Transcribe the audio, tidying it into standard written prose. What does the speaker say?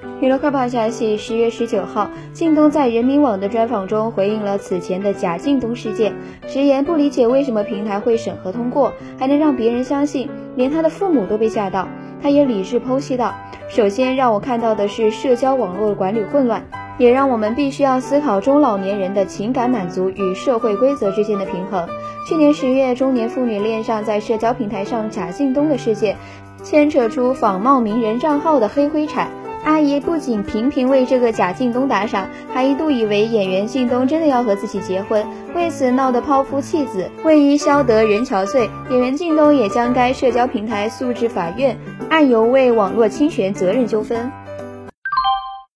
娱乐快报消息，10月19号，靳东在人民网的专访中回应了此前的假靳东事件，直言不理解为什么平台会审核通过，还能让别人相信，连他的父母都被吓到。他也理智剖析道，首先让我看到的是社交网络管理混乱，也让我们必须要思考中老年人的情感满足与社会规则之间的平衡。去年10月，中年妇女恋上在社交平台上假靳东的事件，牵扯出仿冒名人账号的黑灰产。阿姨不仅频频为这个假靳东打赏，还一度以为演员靳东真的要和自己结婚，为此闹得抛夫弃子。为伊消得人憔悴，演员靳东也将该社交平台诉至法院，案由为网络侵权责任纠纷。